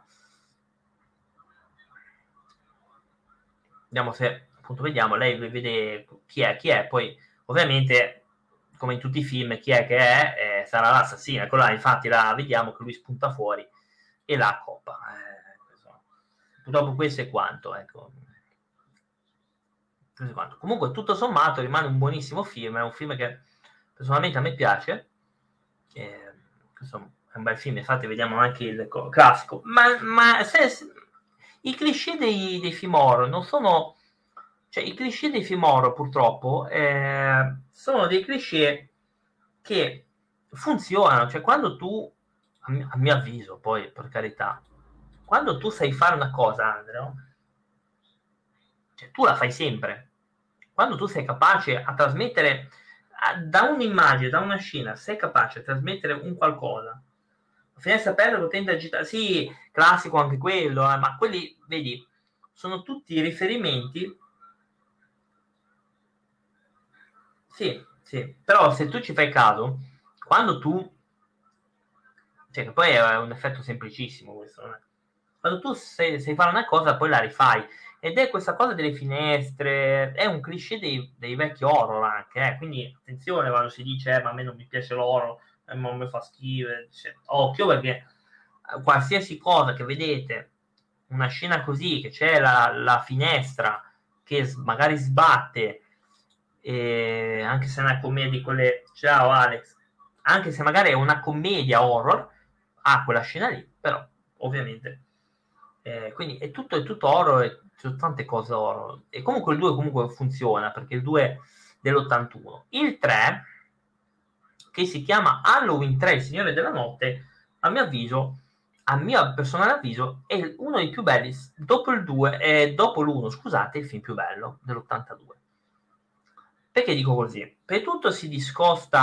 A: vediamo se appunto vediamo, lei vede chi è, chi è, poi ovviamente come in tutti i film chi è che è, eh, sarà l'assassino, ecco là, infatti la vediamo che lui spunta fuori e la accoppa. Eh, questo. Purtroppo questo è quanto, ecco. Questo è quanto. Comunque tutto sommato rimane un buonissimo film, è un film che personalmente a me piace. Eh, insomma, è un bel film, infatti vediamo anche il classico, ma, ma se, se, i cliché dei, dei film horror non sono, cioè i cliché dei film horror purtroppo eh, sono dei cliché che funzionano, cioè quando tu, a mio, a mio avviso, poi per carità, quando tu sai fare una cosa, Andrea, cioè tu la fai sempre, quando tu sei capace a trasmettere da un'immagine, da una scena, sei capace di trasmettere un qualcosa. Finestra aperta potente agitare, sì, classico anche quello, eh, ma quelli, vedi, sono tutti riferimenti. Sì, sì, però se tu ci fai caso, quando tu, cioè che poi è un effetto semplicissimo questo, non è? Quando tu sai, sai fare una cosa, poi la rifai. Ed è questa cosa delle finestre, è un cliché dei, dei vecchi horror anche, eh? Quindi attenzione quando si dice eh, ma a me non mi piace l'horror, eh, non mi fa schifo, cioè, occhio perché qualsiasi cosa che vedete, una scena così, che c'è la, la finestra che magari sbatte, e anche se è una commedia di quelle, ciao Alex, anche se magari è una commedia horror, ha quella scena lì, però ovviamente eh, quindi è tutto, è tutto oro e sono tante cose oro e comunque il due comunque funziona perché il due dell'ottantuno, il tre che si chiama Halloween tre il Signore della Notte, a mio avviso, a mio personale avviso è uno dei più belli dopo il due e eh, dopo l'uno, scusate, il film più bello dell'ottantadue. Perché dico così? Per tutto si discosta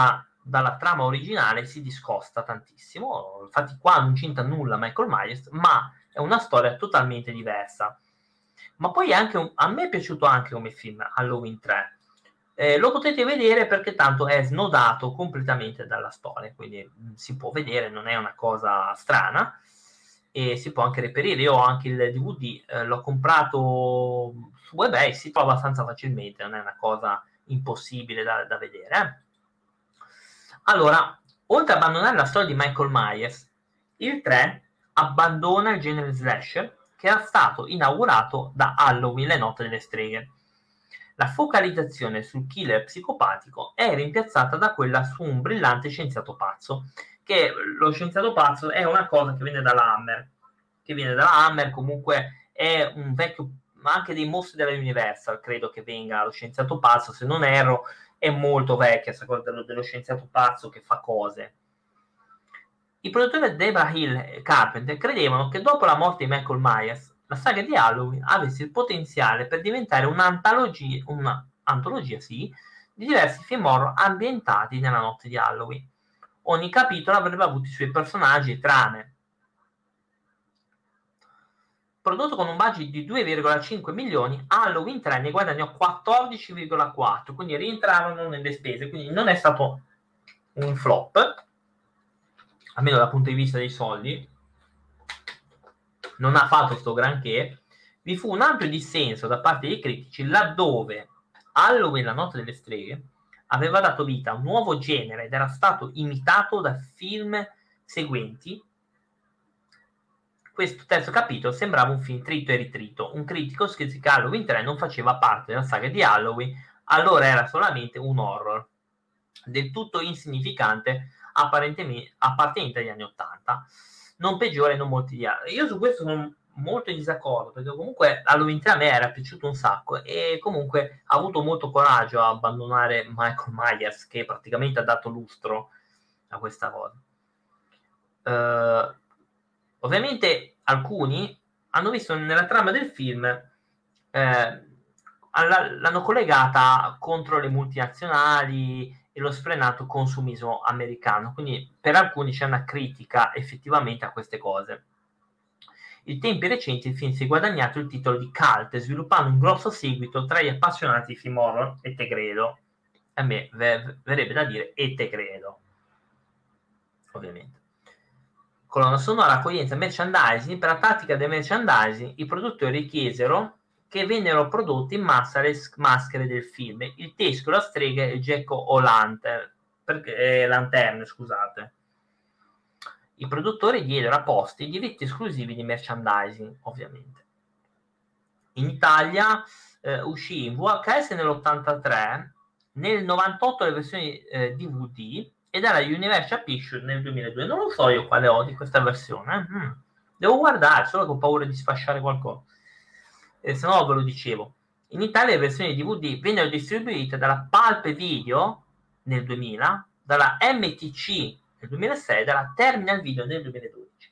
A: dalla trama originale si discosta tantissimo. Infatti qua non c'entra nulla Michael Myers, ma è una storia totalmente diversa. Ma poi anche un, a me è piaciuto anche come film Halloween tre. Eh, lo potete vedere perché tanto è snodato completamente dalla storia, quindi mh, si può vedere, non è una cosa strana e si può anche reperire. Io ho anche il D V D, eh, l'ho comprato su eBay, si trova abbastanza facilmente, non è una cosa impossibile da, da vedere. Eh. Allora, oltre ad abbandonare la storia di Michael Myers, il tre abbandona il genere slasher che era stato inaugurato da Halloween, le notte delle streghe. La focalizzazione sul killer psicopatico è rimpiazzata da quella su un brillante scienziato pazzo, che lo scienziato pazzo è una cosa che viene dalla Hammer, che viene dalla Hammer, comunque è un vecchio, ma anche dei mostri della Universal, credo che venga lo scienziato pazzo, se non erro, è molto vecchia questa cosa dello, dello scienziato pazzo che fa cose. I produttori Deborah Hill e Carpenter credevano che dopo la morte di Michael Myers, la saga di Halloween avesse il potenziale per diventare un'antologia, un'antologia sì, di diversi film horror ambientati nella notte di Halloween. Ogni capitolo avrebbe avuto i suoi personaggi e trame. Prodotto con un budget di due virgola cinque milioni, Halloween tre ne guadagnò quattordici virgola quattro, quindi rientrarono nelle spese, quindi non è stato un flop, almeno dal punto di vista dei soldi, non ha fatto sto granché. Vi fu un ampio dissenso da parte dei critici laddove Halloween, la notte delle streghe, aveva dato vita a un nuovo genere ed era stato imitato da film seguenti. Questo terzo capitolo sembrava un film trito e ritrito. Un critico scrisse che Halloween tre non faceva parte della saga di Halloween, allora era solamente un horror del tutto insignificante, apparentemente appartenente agli anni ottanta, non peggiore non molti di altri. Io su questo sono molto in disaccordo, perché comunque Halloween tre a me era piaciuto un sacco e comunque ha avuto molto coraggio a abbandonare Michael Myers, che praticamente ha dato lustro a questa cosa. Uh, ovviamente alcuni hanno visto nella trama del film eh, l'hanno collegata contro le multinazionali e lo sfrenato consumismo americano, quindi per alcuni c'è una critica effettivamente a queste cose. In tempi recenti il film si è guadagnato il titolo di cult, sviluppando un grosso seguito tra gli appassionati di film horror, e te credo. A me verrebbe da dire e te credo, ovviamente. Colonna sonora, accoglienza, merchandising. Per la tattica del merchandising, i produttori chiesero che vennero prodotte in massa le maschere del film, il teschio, la strega e Jack O'Lantern, perché, eh, lanterne, scusate. I produttori diedero a posti i diritti esclusivi di merchandising, ovviamente. In Italia eh, uscì in V H S nell'ottantatré, nel novantotto le versioni eh, D V D e dalla Universal Pictures nel duemiladue. Non lo so io quale ho di questa versione. Mm. Devo guardare, solo che ho paura di sfasciare qualcosa. Eh, se no ve lo dicevo. In Italia le versioni D V D vennero distribuite dalla Pulp Video nel duemila, dalla M T C nel duemilasei e dalla Terminal Video nel duemiladodici.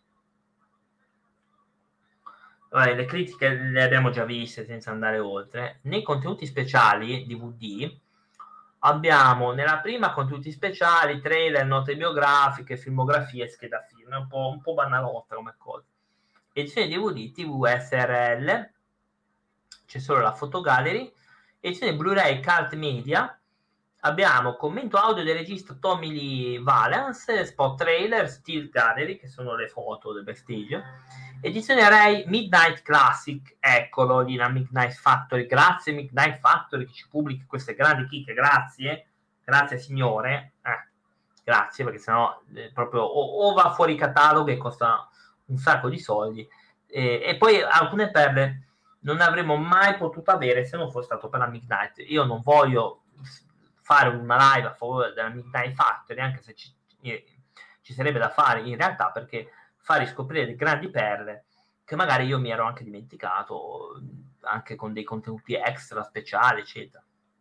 A: Vabbè, le critiche le abbiamo già viste senza andare oltre. Nei contenuti speciali D V D abbiamo nella prima contenuti speciali, trailer, note biografiche, filmografie e scheda film. È un po', un po' banalotta come cosa. Edizione D V D, T V S R L, c'è solo la fotogallery. Edizione Blu-ray Cult Media, abbiamo commento audio del regista Tommy Lee Valance, spot trailer, Steel Gallery, che sono le foto del backstage. Edizione Rai Midnight Classic, eccolo lì la Midnight Factory. Grazie Midnight Factory che ci pubblica queste grandi chicche, grazie, grazie signore, eh, grazie, perché sennò eh, proprio o, o va fuori catalogo e costa un sacco di soldi, eh, e poi alcune perle non avremmo mai potuto avere se non fosse stato per la Midnight. Io non voglio fare una live a favore della Midnight Factory, anche se ci, ci sarebbe da fare in realtà, perché fa riscoprire delle grandi perle che magari io mi ero anche dimenticato, anche con dei contenuti extra, speciali, eccetera.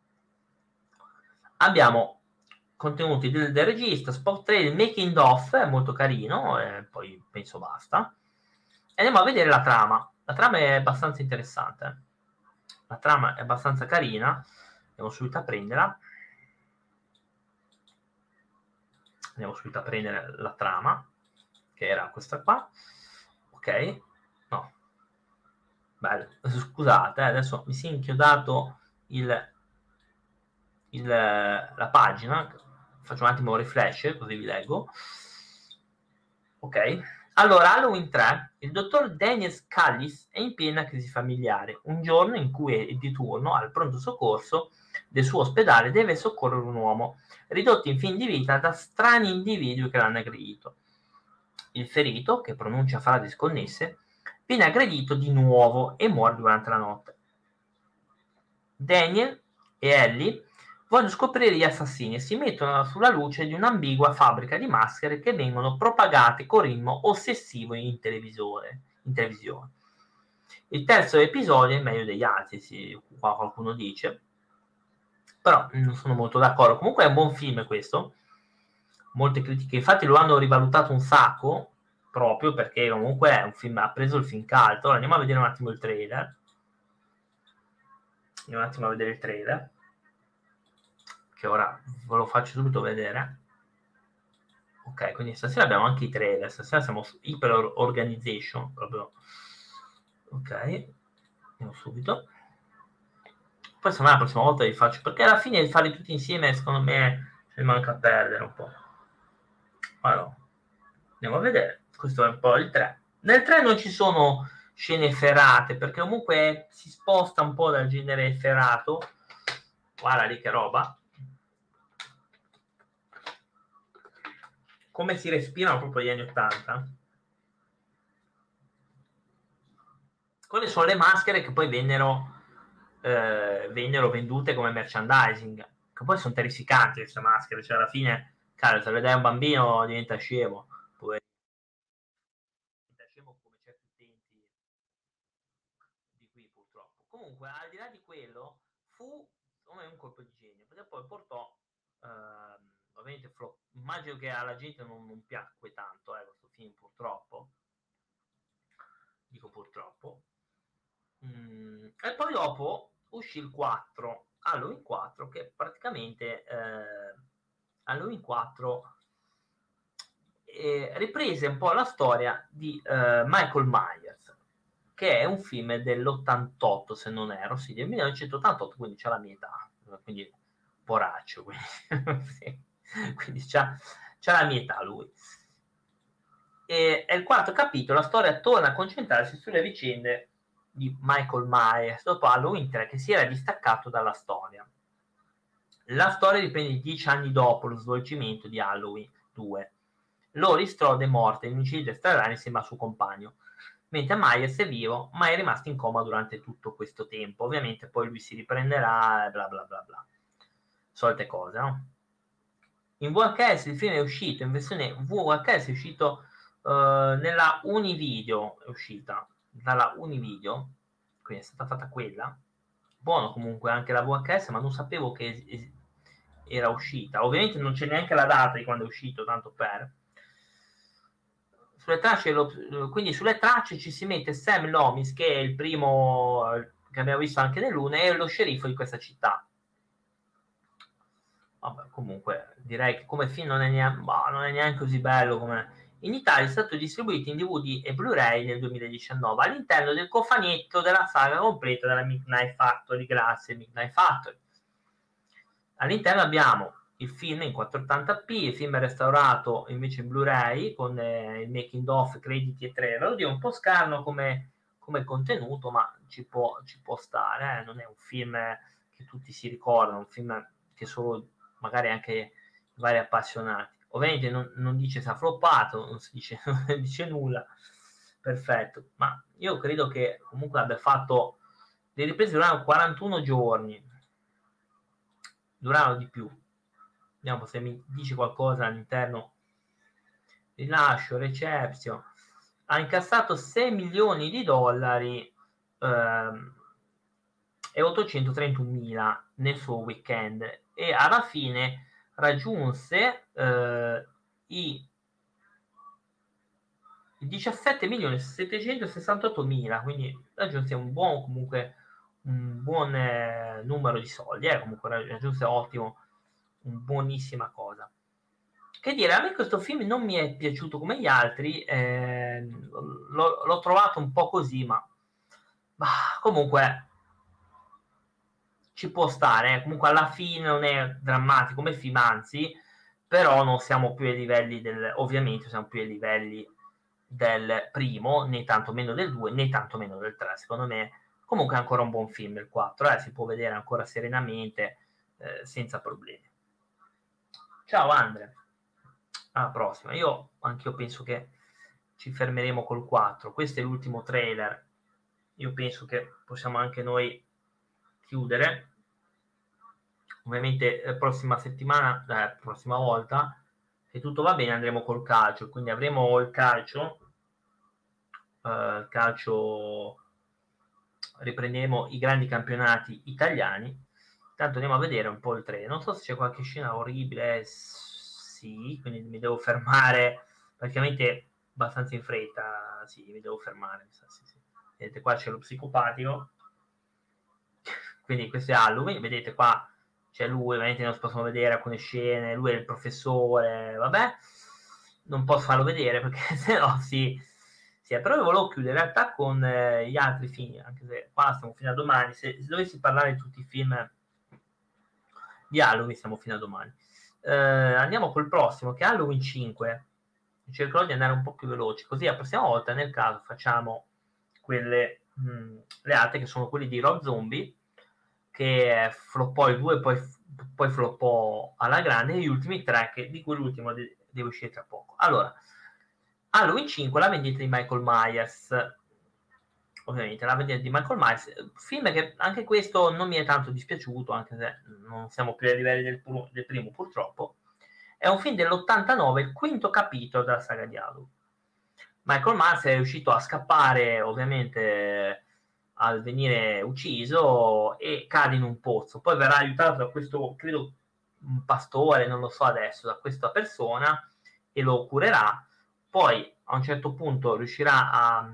A: Abbiamo contenuti del, del regista, spot trailer, making of, è molto carino, e poi penso basta. E andiamo a vedere la trama. La trama è abbastanza interessante. La trama è abbastanza carina. Andiamo subito a prenderla. Andiamo subito a prendere la trama, che era questa qua. Ok, no, bello, scusate, eh, adesso mi si è inchiodato il, il, la pagina, faccio un attimo un refresh così vi leggo. Ok, allora Halloween tre, il dottor Daniel Scullis è in piena crisi familiare, un giorno in cui è di turno al pronto soccorso del suo ospedale deve soccorrere un uomo ridotto in fin di vita da strani individui che l'hanno aggredito. Il ferito, che pronuncia frasi sconnesse, viene aggredito di nuovo e muore durante la notte. Daniel e Ellie vogliono scoprire gli assassini e si mettono sulla luce di un'ambigua fabbrica di maschere che vengono propagate con ritmo ossessivo in televisore, in televisione. Il terzo episodio è meglio degli altri, sì, qua qualcuno dice, però non sono molto d'accordo. Comunque è un buon film questo, molte critiche, infatti lo hanno rivalutato un sacco, proprio perché comunque è un film, ha preso il film caldo. Ora andiamo a vedere un attimo il trailer. Andiamo un attimo a vedere il trailer, che ora ve lo faccio subito vedere. Ok, quindi stasera abbiamo anche i trailer, stasera siamo su Hyper Organization, proprio. Ok, andiamo subito. Poi secondo me la prossima volta li faccio, perché alla fine di farli tutti insieme secondo me mi manca a perdere un po'. Allora, andiamo a vedere, questo è un po' il tre. Nel tre non ci sono scene ferrate, perché comunque si sposta un po' dal genere ferrato. Guarda lì che roba. Come si respirano proprio gli anni ottanta. Quelle sono le maschere che poi vennero, eh, vennero vendute come merchandising, che poi sono terrificanti queste maschere, cioè alla fine, caro, se le dai a un bambino diventa scemo, poi diventa scemo come certi utenti di qui purtroppo. Comunque, al di là di quello, fu come un colpo di genio, perché poi portò, ehm, ovviamente, flop. Immagino che alla gente non, non piacque tanto, eh, questo film purtroppo, dico purtroppo. Mm, e poi dopo uscì il quattro, Halloween quattro, che praticamente eh, Halloween quattro eh, riprese un po' la storia di eh, Michael Myers, che è un film dell'ottantotto, se non erro, sì, del millenovecentottantotto, quindi c'ha la mia età, quindi poraccio, quindi, sì, quindi c'ha, c'ha la mia età lui. E, e il quarto capitolo, la storia torna a concentrarsi sulle vicende di Michael Myers dopo Halloween tre, che si era distaccato dalla storia. La storia riprende dieci anni dopo lo svolgimento di Halloween due. Laurie Strode è morta in un incidente stradale insieme al suo compagno, mentre Myers è vivo, ma è rimasto in coma durante tutto questo tempo. Ovviamente poi lui si riprenderà, bla bla bla bla. Solite cose, no? In V H S il film è uscito, in versione V H S è uscito uh, nella Univideo, è uscita dalla Univideo, quindi è stata fatta quella. Buono comunque anche la V H S, ma non sapevo che es- es- era uscita. Ovviamente non c'è neanche la data di quando è uscito, tanto per. Sulle tracce, lo, quindi sulle tracce ci si mette Sam Loomis, che è il primo eh, che abbiamo visto anche nell'una, e lo sceriffo di questa città. Vabbè, comunque direi che come film non è, neanche, bah, non è neanche così bello come. In Italia è stato distribuito in D V D e Blu-ray nel duemiladiciannove all'interno del cofanetto della saga completa della Midnight Factory. Grazie Midnight Factory. All'interno abbiamo il film in quattrocentottanta p, il film è restaurato invece in Blu-ray con eh, il making of, crediti e trailer. Oddio, un po' scarno come, come contenuto, ma ci può, ci può stare, eh? Non è un film che tutti si ricordano, un film che solo magari anche i vari appassionati. Ovviamente non, non dice se ha floppato, non si dice, non dice nulla, perfetto, ma io credo che comunque abbia fatto, le riprese duravano quarantuno giorni, duravano di più. Vediamo se mi dice qualcosa all'interno. Rilascio, reception. Ha incassato sei milioni di dollari ehm, e ottocentotrentunomila nel suo weekend, e alla fine raggiunse eh, i diciassette milioni settecentosessantottomila, quindi raggiunse un buon, comunque un buon eh, numero di soldi, eh, comunque raggiunse ottimo, un buonissima cosa. che dire, a me questo film non mi è piaciuto come gli altri, eh, l'ho, l'ho trovato un po' così, ma bah, comunque ci può stare, eh. Comunque alla fine non è drammatico come film, anzi, però non siamo più ai livelli del, ovviamente siamo più ai livelli del primo, né tanto meno del due, né tanto meno del tre, secondo me. Comunque è ancora un buon film il quattro, eh, si può vedere ancora serenamente, eh, senza problemi. Ciao Andre, alla prossima. Io anche io penso che ci fermeremo col quattro. Questo è l'ultimo trailer. Io penso che possiamo anche noi chiudere. Ovviamente la prossima settimana, la eh, prossima volta, se tutto va bene, andremo col calcio. Quindi avremo il calcio. Uh, il calcio, riprenderemo i grandi campionati italiani. Tanto andiamo a vedere un po' il trailer. Non so se c'è qualche scena orribile, sì, quindi mi devo fermare praticamente abbastanza in fretta. Sì, mi devo fermare. Sì, sì. Vedete, qua c'è lo psicopatico. Quindi questo è Halloween, vedete qua c'è lui, ovviamente non si possono vedere alcune scene, lui è il professore, vabbè, non posso farlo vedere perché se no si... Sì, però io volevo chiudere in realtà con eh, gli altri film, anche se qua stiamo fino a domani. Se, se dovessi parlare di tutti i film di Halloween, siamo fino a domani. Eh, andiamo col prossimo, che è Halloween cinque. Cercherò di andare un po' più veloci, così la prossima volta, nel caso, facciamo quelle, mh, le altre, che sono quelli di Rob Zombie, che floppò il due, poi, poi floppò alla grande, e gli ultimi tre, che di cui l'ultimo de- deve uscire tra poco. Allora, Halloween cinque, la vendita di Michael Myers, ovviamente la vendita di Michael Myers, film che anche questo non mi è tanto dispiaciuto, anche se non siamo più ai livelli del, pur- del primo purtroppo. È un film dell'ottantanove, il quinto capitolo della saga di Halloween. Michael Myers è riuscito a scappare, ovviamente, al venire ucciso, e cade in un pozzo. Poi verrà aiutato da questo, credo, un pastore, non lo so adesso, da questa persona, e lo curerà. Poi a un certo punto riuscirà a,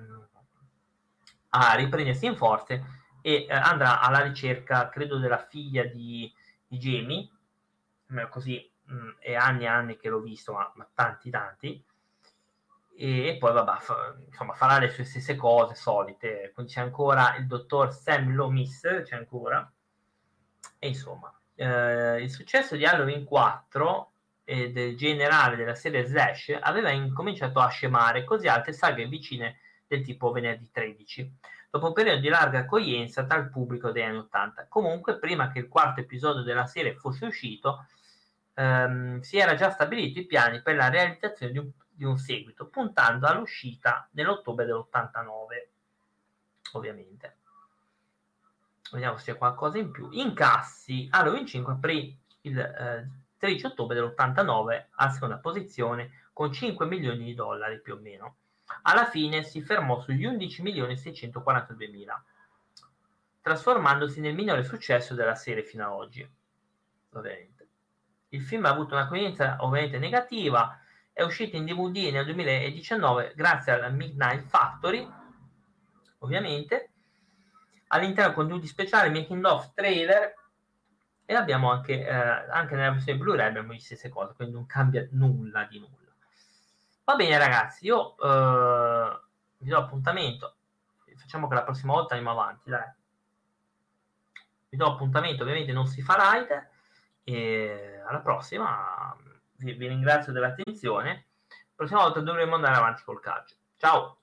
A: a riprendersi in forze e eh, andrà alla ricerca, credo, della figlia di, di Jamie, così, mh, è anni e anni che l'ho visto, ma, ma tanti tanti, e, e poi vabbè, fa, insomma, farà le sue stesse cose solite. Quindi c'è ancora il dottor Sam Loomis, c'è ancora, e insomma, eh, il successo di Halloween quattro e del generale della serie Slash aveva incominciato a scemare, così altre saghe vicine del tipo Venerdì tredici, dopo un periodo di larga accoglienza tra il pubblico degli anni ottanta. Comunque, prima che il quarto episodio della serie fosse uscito, ehm, si era già stabilito i piani per la realizzazione di un, di un seguito, puntando all'uscita nell'ottobre dell'ottantanove, ovviamente. Vediamo se c'è qualcosa in più. Incassi, Halloween cinque aprì il eh, tredici ottobre dell'ottantanove alla seconda posizione con cinque milioni di dollari più o meno. Alla fine si fermò sugli undici milioni seicentoquarantaduemila, trasformandosi nel minore successo della serie fino ad oggi. Ovviamente. Il film ha avuto un'accoglienza ovviamente negativa, è uscito in D V D nel duemiladiciannove grazie alla Midnight Factory, ovviamente. All'interno contenuti speciali, making of, trailer, e abbiamo anche, eh, anche nella versione Blu-ray abbiamo le stesse cose, quindi non cambia nulla di nulla. Va bene ragazzi, io eh, vi do appuntamento, facciamo che la prossima volta andiamo avanti, dai. Vi do appuntamento, ovviamente non si fa ride, e alla prossima, vi, vi ringrazio dell'attenzione, la prossima volta dovremo andare avanti col calcio. Ciao!